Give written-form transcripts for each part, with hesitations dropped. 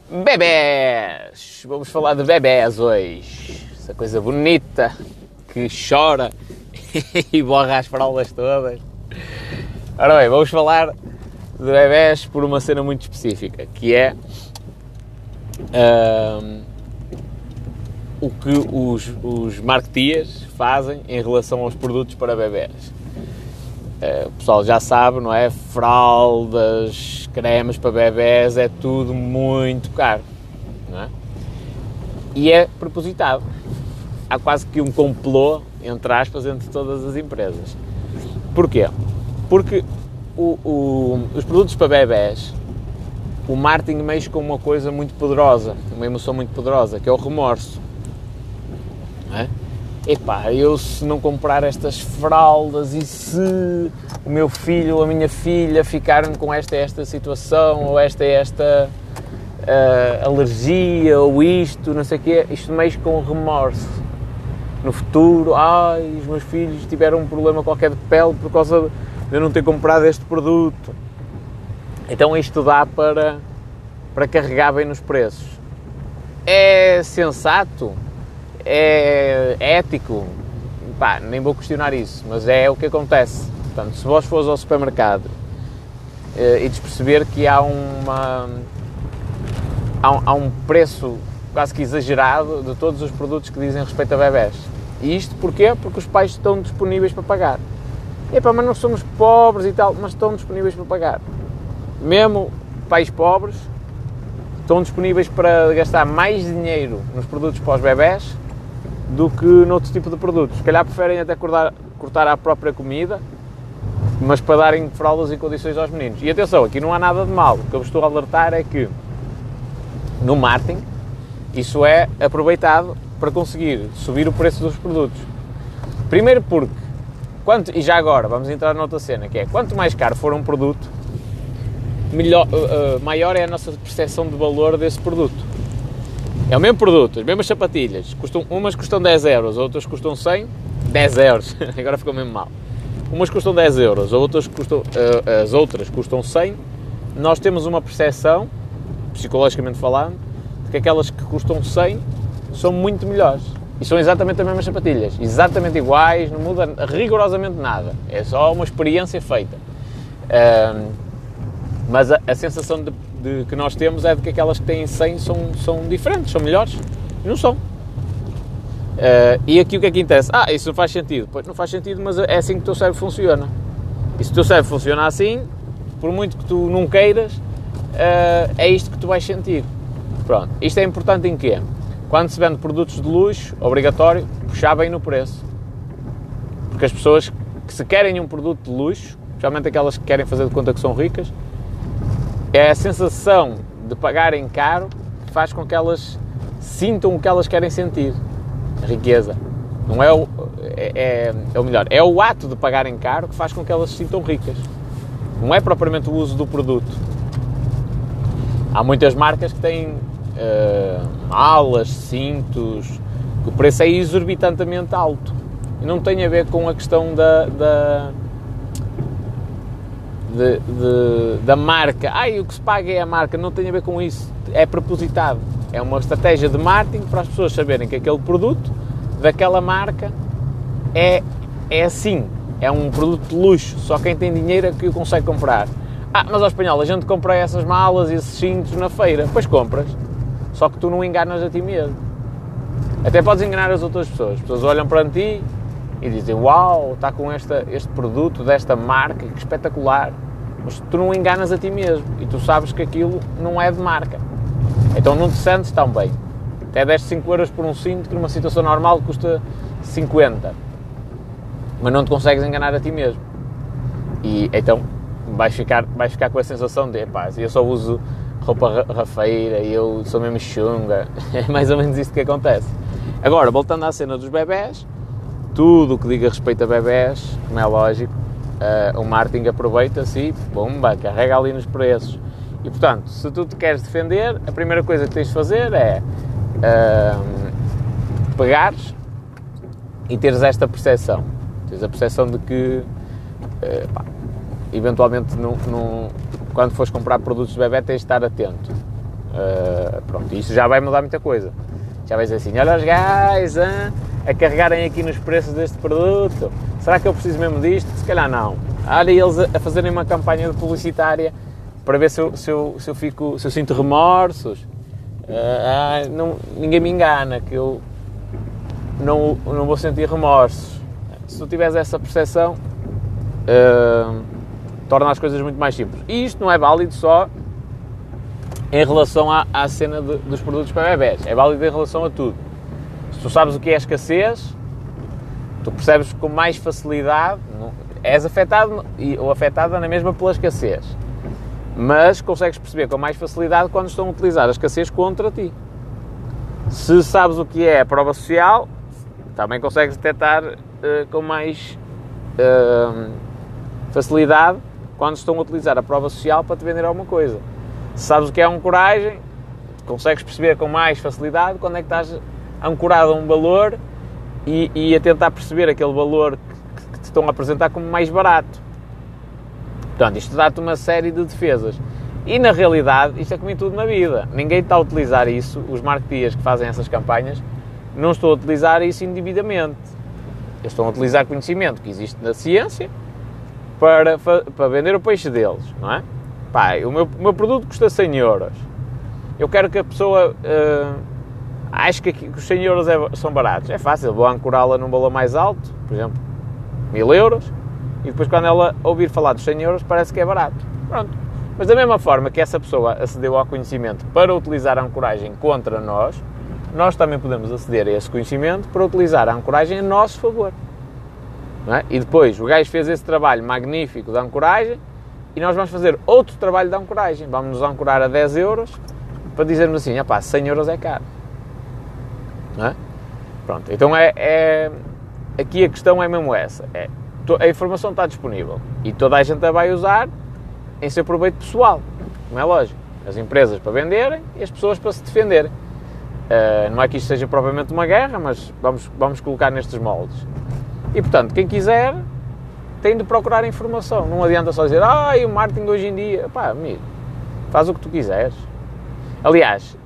Bebés! Vamos falar de bebés hoje. Essa coisa bonita que chora e borra as fraldas todas. Ora bem, vamos falar de bebés por uma cena muito específica, que é o que os marketeers fazem em relação aos produtos para bebés. O pessoal já sabe, não é? Fraldas, cremes para bebés, é tudo muito caro, não é? E é propositado. Há quase que um complô, entre aspas, entre todas as empresas. Porquê? Porque os produtos para bebés, o marketing mexe com uma coisa muito poderosa, uma emoção muito poderosa, que é o remorso. Não é? Epá, eu se não comprar estas fraldas e se o meu filho ou a minha filha ficarem com esta situação ou esta alergia ou isto, não sei o quê, isto mexe com remorso. No futuro, os meus filhos tiveram um problema qualquer de pele por causa de eu não ter comprado este produto. Então isto dá para carregar bem nos preços. É sensato? É ético? Pá, nem vou questionar isso, mas é o que acontece. Portanto, se vós fores ao supermercado e perceber que há um preço quase que exagerado de todos os produtos que dizem respeito a bebés. E isto porquê? Porque os pais estão disponíveis para pagar. Epá, mas nós somos pobres e tal, mas estão disponíveis para pagar. Mesmo pais pobres estão disponíveis para gastar mais dinheiro nos produtos para os bebés do que noutro tipo de produtos. Se calhar preferem até cortar a própria comida, mas para darem fraldas e condições aos meninos. E atenção, aqui não há nada de mal. O que eu vos estou a alertar é que no marketing isso é aproveitado para conseguir subir o preço dos produtos. Primeiro porque, e já agora vamos entrar noutra cena, que é quanto mais caro for um produto, maior é a nossa percepção de valor desse produto. É o mesmo produto, as mesmas sapatilhas, umas custam 10 euros, outras custam 100, 10 euros, agora ficou mesmo mal. Umas custam 10 euros, as outras custam 100, nós temos uma percepção, psicologicamente falando, de que aquelas que custam 100 são muito melhores. E são exatamente as mesmas sapatilhas, exatamente iguais, não muda rigorosamente nada, é só uma experiência feita. Mas a sensação de que nós temos é de que aquelas que têm 100 são diferentes, são melhores, e não são. E aqui o que é que interessa? Isso não faz sentido. Pois não faz sentido, mas é assim que o teu cérebro funciona. E se o teu cérebro funciona assim, por muito que tu não queiras, é isto que tu vais sentir. Pronto, isto é importante em quê? Quando se vende produtos de luxo, obrigatório, puxar bem no preço. Porque as pessoas que se querem um produto de luxo, especialmente aquelas que querem fazer de conta que são ricas, é a sensação de pagarem caro que faz com que elas sintam o que elas querem sentir. A riqueza. Não é o melhor. É o ato de pagarem caro que faz com que elas se sintam ricas. Não é propriamente o uso do produto. Há muitas marcas que têm malas, cintos, que o preço é exorbitantemente alto. E não tem a ver com a questão da marca. O que se paga é a marca. Não tem a ver com isso. É propositado. É uma estratégia de marketing para as pessoas saberem que aquele produto daquela marca é assim. É um produto de luxo. Só quem tem dinheiro é que o consegue comprar. Mas ao espanhol, a gente compra essas malas e esses cintos na feira. Pois compras. Só que tu não enganas a ti mesmo. Até podes enganar as outras pessoas. As pessoas olham para ti e dizem: uau, está com este produto desta marca, que espetacular. Mas tu não enganas a ti mesmo. E tu sabes que aquilo não é de marca. Então não te sentes tão bem. Até deste 5 euros por um cinto que numa situação normal custa 50. Mas não te consegues enganar a ti mesmo. E então vais ficar com a sensação de eu só uso roupa rafeira e eu sou mesmo chunga. É mais ou menos isto que acontece. Agora, voltando à cena dos bebés, tudo o que diga respeito a bebés, como é lógico, o marketing aproveita-se e bomba, carrega ali nos preços. E portanto, se tu te queres defender, a primeira coisa que tens de fazer é pegares e teres esta percepção. Tens a percepção de que eventualmente quando fores comprar produtos de bebé tens de estar atento. Pronto, isto já vai mudar muita coisa. Já vai dizer assim, olha os gajos a carregarem aqui nos preços deste produto, será que eu preciso mesmo disto? Se calhar não. Olha eles a fazerem uma campanha publicitária para ver se eu sinto remorsos. Ninguém me engana que eu não vou sentir remorsos. Se tu tiveres essa percepção, torna as coisas muito mais simples. E isto não é válido só em relação à cena dos produtos para bebés, é válido em relação a tudo. Se tu sabes o que é escassez, tu percebes com mais facilidade, és afetado ou afetada na mesma pela escassez, mas consegues perceber com mais facilidade quando estão a utilizar a escassez contra ti. Se sabes o que é a prova social, também consegues detectar com mais facilidade quando estão a utilizar a prova social para te vender alguma coisa. Se sabes o que é ancoragem, consegues perceber com mais facilidade quando é que estás ancorado a um valor e a tentar perceber aquele valor que te estão a apresentar como mais barato. Portanto, isto dá-te uma série de defesas. E na realidade, isto é como em tudo na vida. Ninguém está a utilizar isso, os marketeers que fazem essas campanhas, não estão a utilizar isso indevidamente. Eles estão a utilizar conhecimento que existe na ciência para vender o peixe deles, não é? Pá, o meu produto custa 100 euros. Eu quero que a pessoa ache que os 100 euros são baratos. É fácil, vou ancorá-la num valor mais alto, por exemplo, 1000 euros, e depois quando ela ouvir falar dos 100 euros parece que é barato. Pronto. Mas da mesma forma que essa pessoa acedeu ao conhecimento para utilizar a ancoragem contra nós também podemos aceder a esse conhecimento para utilizar a ancoragem a nosso favor. Não é? E depois o gajo fez esse trabalho magnífico da ancoragem e nós vamos fazer outro trabalho de ancoragem. Vamos nos ancorar a 10 euros para dizermos assim, 100 euros é caro. Não é? Pronto, então aqui a questão é mesmo essa. A informação está disponível e toda a gente a vai usar em seu proveito pessoal. Não é lógico. As empresas para venderem e as pessoas para se defenderem. Não é que isto seja propriamente uma guerra, mas vamos colocar nestes moldes. E, portanto, quem quiser tem de procurar informação. Não adianta só dizer, o marketing hoje em dia... Pá, amigo, faz o que tu quiseres. Aliás,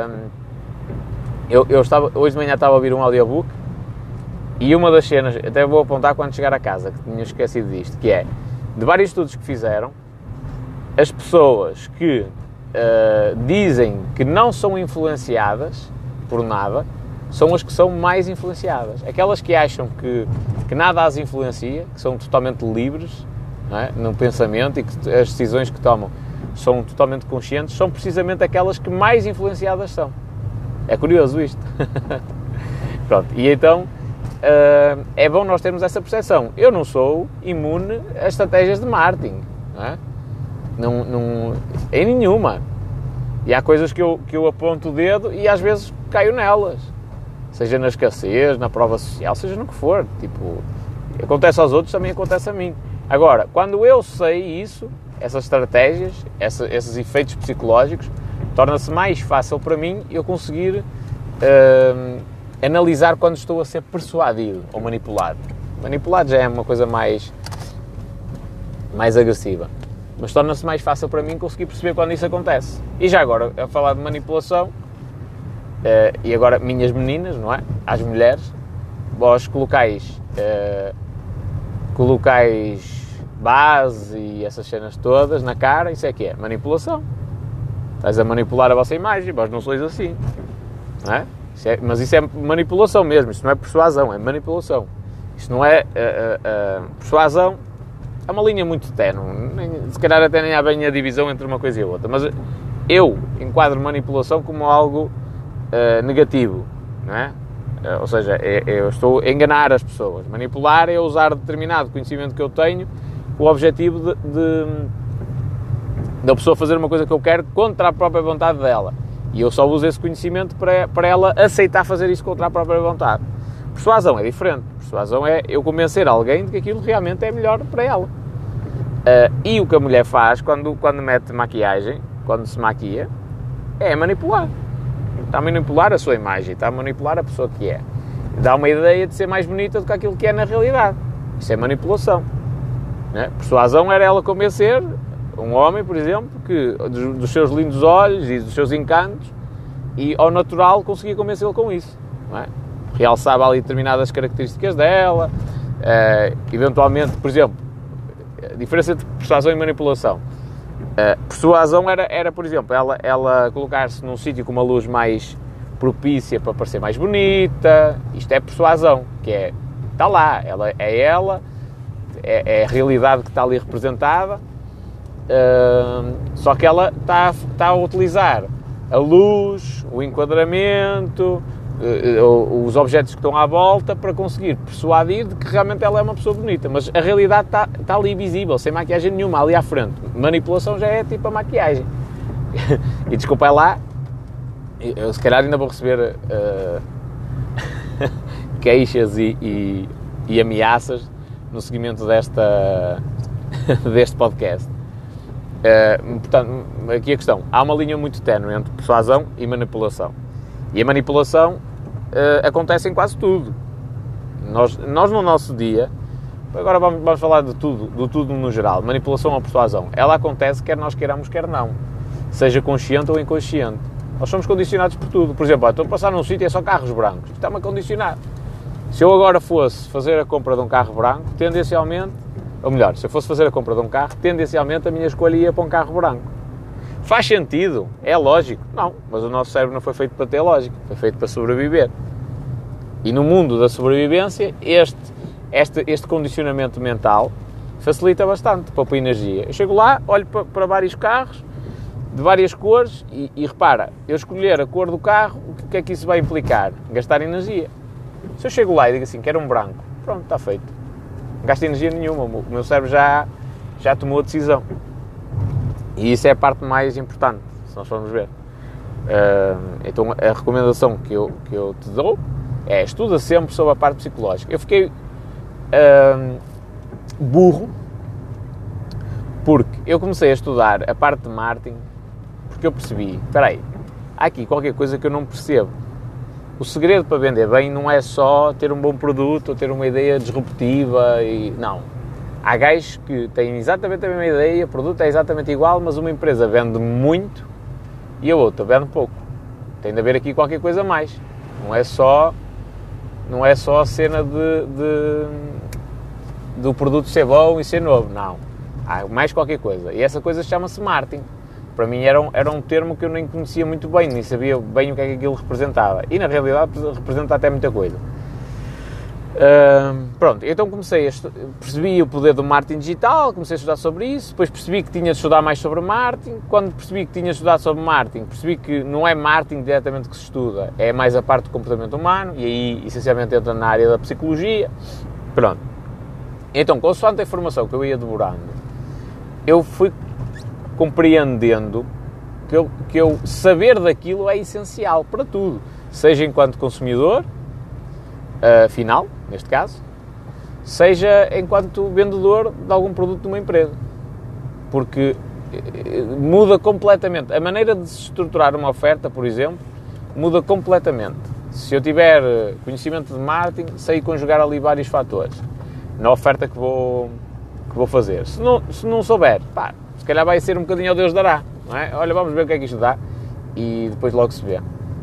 hoje de manhã estava a ouvir um audiobook e uma das cenas, até vou apontar quando chegar a casa, que tinha esquecido disto, que é, de vários estudos que fizeram, as pessoas que dizem que não são influenciadas por nada, são as que são mais influenciadas. Aquelas que acham que nada as influencia, que são totalmente livres, não é? No pensamento e que as decisões que tomam são totalmente conscientes, são precisamente aquelas que mais influenciadas são. É curioso isto. Pronto, e então é bom nós termos essa percepção. Eu não sou imune a estratégias de marketing, não é? Não, em nenhuma. E há coisas que eu aponto o dedo e às vezes caio nelas. Seja na escassez, na prova social, seja no que for. Tipo, acontece aos outros, também acontece a mim. Agora, quando eu sei isso, essas estratégias, esses efeitos psicológicos, torna-se mais fácil para mim eu conseguir analisar quando estou a ser persuadido ou manipulado. Manipulado já é uma coisa mais agressiva. Mas torna-se mais fácil para mim conseguir perceber quando isso acontece. E já agora, a falar de manipulação, e agora minhas meninas, não é? Às mulheres, vós colocais base e essas cenas todas na cara, isso é que é manipulação. Estás a manipular a vossa imagem, vós não sois assim, não é? Mas isso é manipulação mesmo, isso não é persuasão, é manipulação. Isto não é persuasão, é uma linha muito ténue, se calhar até nem há bem a divisão entre uma coisa e a outra, mas eu enquadro manipulação como algo negativo, não é? Ou seja, eu estou a enganar as pessoas. Manipular é usar determinado conhecimento que eu tenho com o objetivo da pessoa fazer uma coisa que eu quero contra a própria vontade dela. E eu só uso esse conhecimento para ela aceitar fazer isso contra a própria vontade. Persuasão é diferente. Persuasão é eu convencer alguém de que aquilo realmente é melhor para ela. E o que a mulher faz quando mete maquiagem, quando se maquia, é manipular. Está a manipular a sua imagem, está a manipular a pessoa que é. Dá uma ideia de ser mais bonita do que aquilo que é na realidade. Isso é manipulação. Não é? Persuasão era ela convencer Um homem, por exemplo, que dos seus lindos olhos e dos seus encantos, e ao natural conseguia convencê-lo com isso, não é? Realçava ali determinadas características dela, eventualmente, por exemplo, a diferença entre persuasão e manipulação. Persuasão era, por exemplo, ela colocar-se num sítio com uma luz mais propícia para parecer mais bonita. Isto é persuasão, que está lá, ela, é a realidade que está ali representada, só que ela está a utilizar a luz, o enquadramento, os objetos que estão à volta para conseguir persuadir de que realmente ela é uma pessoa bonita, mas a realidade está ali visível, sem maquiagem nenhuma, ali à frente. Manipulação já é tipo a maquiagem. E desculpa lá, eu se calhar ainda vou receber queixas e ameaças no seguimento deste podcast. Portanto, aqui a questão, há uma linha muito ténue entre persuasão e manipulação. E a manipulação acontece em quase tudo. Nós no nosso dia, agora vamos falar de tudo no geral, manipulação ou persuasão, ela acontece quer nós queiramos, quer não, seja consciente ou inconsciente. Nós somos condicionados por tudo. Por exemplo, estou a passar num sítio e é só carros brancos, isto está-me a condicionar. Se eu agora fosse fazer a compra de um carro branco, tendencialmente, ou melhor, se eu fosse fazer a compra de um carro, tendencialmente a minha escolha ia para um carro branco. Faz sentido? É lógico? Não, mas o nosso cérebro não foi feito para ter lógica, foi feito para sobreviver. E no mundo da sobrevivência, este condicionamento mental facilita bastante, poupa energia. Eu chego lá, olho para vários carros, de várias cores, e repara, eu escolher a cor do carro, o que é que isso vai implicar? Gastar energia. Se eu chego lá e digo assim, quero um branco, pronto, está feito. Não gasta energia nenhuma, o meu cérebro já tomou a decisão. E isso é a parte mais importante, se nós formos ver. Então a recomendação que eu te dou é estuda sempre sobre a parte psicológica. Eu fiquei burro porque eu comecei a estudar a parte de marketing porque eu percebi, espera aí, há aqui qualquer coisa que eu não percebo. O segredo para vender bem não é só ter um bom produto ou ter uma ideia disruptiva não. Há gajos que têm exatamente a mesma ideia, o produto é exatamente igual, mas uma empresa vende muito e a outra vende pouco. Tem de haver aqui qualquer coisa a mais. Não é só a cena do produto ser bom e ser novo. Não. Há mais qualquer coisa. E essa coisa chama-se marketing. Para mim era um termo que eu nem conhecia muito bem, nem sabia bem o que é que aquilo representava. E na realidade representa até muita coisa. Pronto, então percebi o poder do marketing digital, comecei a estudar sobre isso, depois percebi que tinha de estudar mais sobre marketing. Quando percebi que tinha de estudar sobre marketing, percebi que não é marketing diretamente que se estuda, é mais a parte do comportamento humano, e aí essencialmente entra na área da psicologia. Pronto. Então, consoante a informação que eu ia devorando, eu fui compreendendo que eu saber daquilo é essencial para tudo, seja enquanto consumidor final, neste caso, seja enquanto vendedor de algum produto de uma empresa, porque muda completamente a maneira de se estruturar uma oferta, por exemplo, muda completamente. Se eu tiver conhecimento de marketing, sei conjugar ali vários fatores na oferta que vou fazer. Se não souber, se calhar vai ser um bocadinho ao Deus dará, não é? Olha, vamos ver o que é que isto dá e depois logo se vê.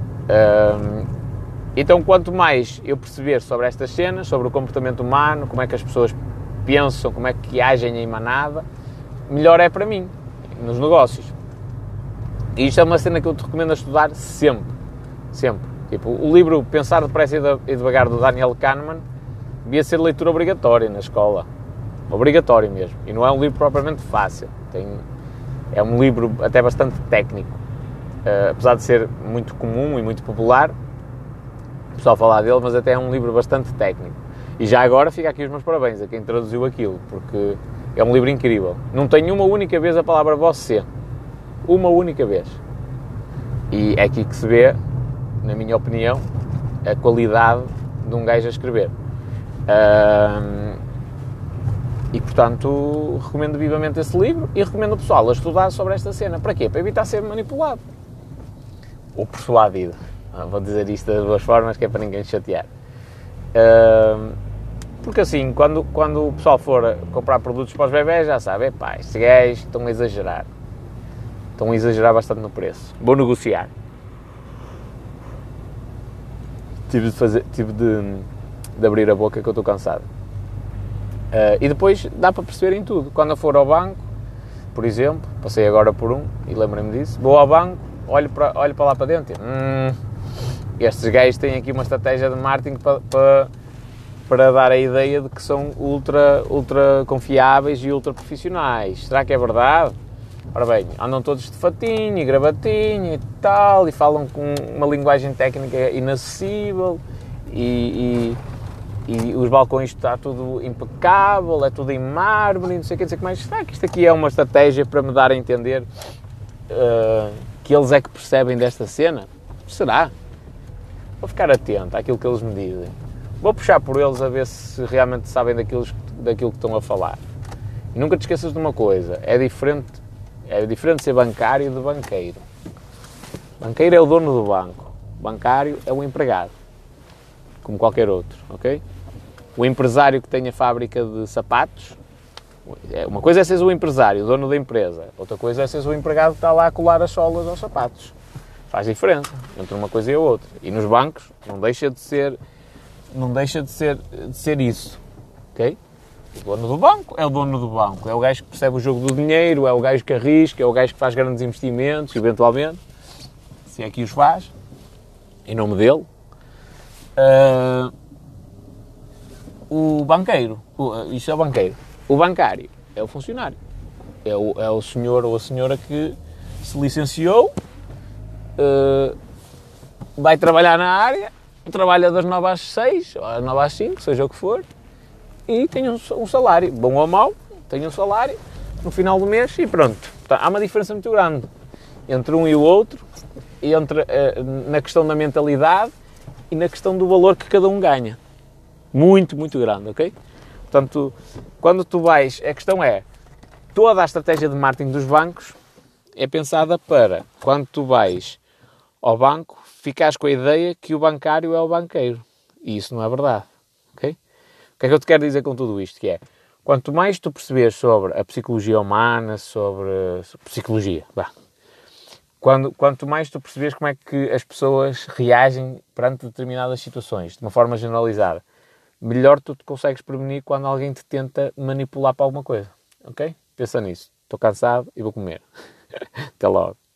Então, quanto mais eu perceber sobre estas cenas, sobre o comportamento humano, como é que as pessoas pensam, como é que agem em manada, melhor é para mim, nos negócios. E isto é uma cena que eu te recomendo a estudar sempre. Sempre. Tipo, o livro Pensar Depressa e Devagar, do Daniel Kahneman, devia ser leitura obrigatória na escola. Obrigatório mesmo. E não é um livro propriamente fácil. É um livro até bastante técnico. Apesar de ser muito comum e muito popular, o pessoal falar dele, mas até é um livro bastante técnico. E já agora fica aqui os meus parabéns a quem traduziu aquilo, porque é um livro incrível. Não tem uma única vez a palavra você. Uma única vez. E é aqui que se vê, na minha opinião, a qualidade de um gajo a escrever. E, portanto, recomendo vivamente esse livro e recomendo ao pessoal a estudar sobre esta cena. Para quê? Para evitar ser manipulado. Ou persuadido. Vou dizer isto das duas formas, que é para ninguém chatear. porque assim, quando o pessoal for comprar produtos para os bebés, já sabe, epá, estes gajos estão a exagerar. Estão a exagerar bastante no preço. Vou negociar. Tive de abrir a boca que eu estou cansado. E depois dá para perceber em tudo. Quando eu for ao banco, por exemplo, passei agora por um e lembrei-me disso, vou ao banco, olho para lá para dentro e estes gajos têm aqui uma estratégia de marketing para dar a ideia de que são ultra confiáveis e ultra profissionais. Será que é verdade? Ora bem, andam todos de fatinho e gravatinho e tal, e falam com uma linguagem técnica inacessível, e os balcões está tudo impecável, é tudo em mármore, não sei o que dizer que mais. Será que isto aqui é uma estratégia para me dar a entender que eles é que percebem desta cena? Será? Vou ficar atento àquilo que eles me dizem. Vou puxar por eles a ver se realmente sabem daquilo que estão a falar. E nunca te esqueças de uma coisa, é diferente ser bancário de banqueiro. Banqueiro é o dono do banco, bancário é o empregado, como qualquer outro, ok? O empresário que tem a fábrica de sapatos, uma coisa é seres o empresário, o dono da empresa, outra coisa é seres o empregado que está lá a colar as solas aos sapatos. Faz diferença entre uma coisa e a outra. E nos bancos não deixa de ser isso, ok? O dono do banco é o dono do banco, é o gajo que percebe o jogo do dinheiro, é o gajo que arrisca, é o gajo que faz grandes investimentos, eventualmente, se é que os faz, em nome dele. O banqueiro, isto é o banqueiro. O bancário é o funcionário, é o senhor ou a senhora que se licenciou, vai trabalhar na área, trabalha das 9 às 6, ou das 9 às 5, seja o que for, e tem um salário, bom ou mau, tem um salário no final do mês e pronto. Há uma diferença muito grande entre um e o outro, na questão da mentalidade e na questão do valor que cada um ganha. Muito, muito grande, ok? Portanto, quando tu vais, a questão é, toda a estratégia de marketing dos bancos é pensada para, quando tu vais ao banco, ficares com a ideia que o bancário é o banqueiro. E isso não é verdade, ok? O que é que eu te quero dizer com tudo isto? Que é, quanto mais tu perceberes sobre a psicologia humana, sobre psicologia, quanto mais tu perceberes como é que as pessoas reagem perante determinadas situações, de uma forma generalizada, melhor tu te consegues prevenir quando alguém te tenta manipular para alguma coisa, ok? Pensa nisso. Estou cansado e vou comer. Até logo.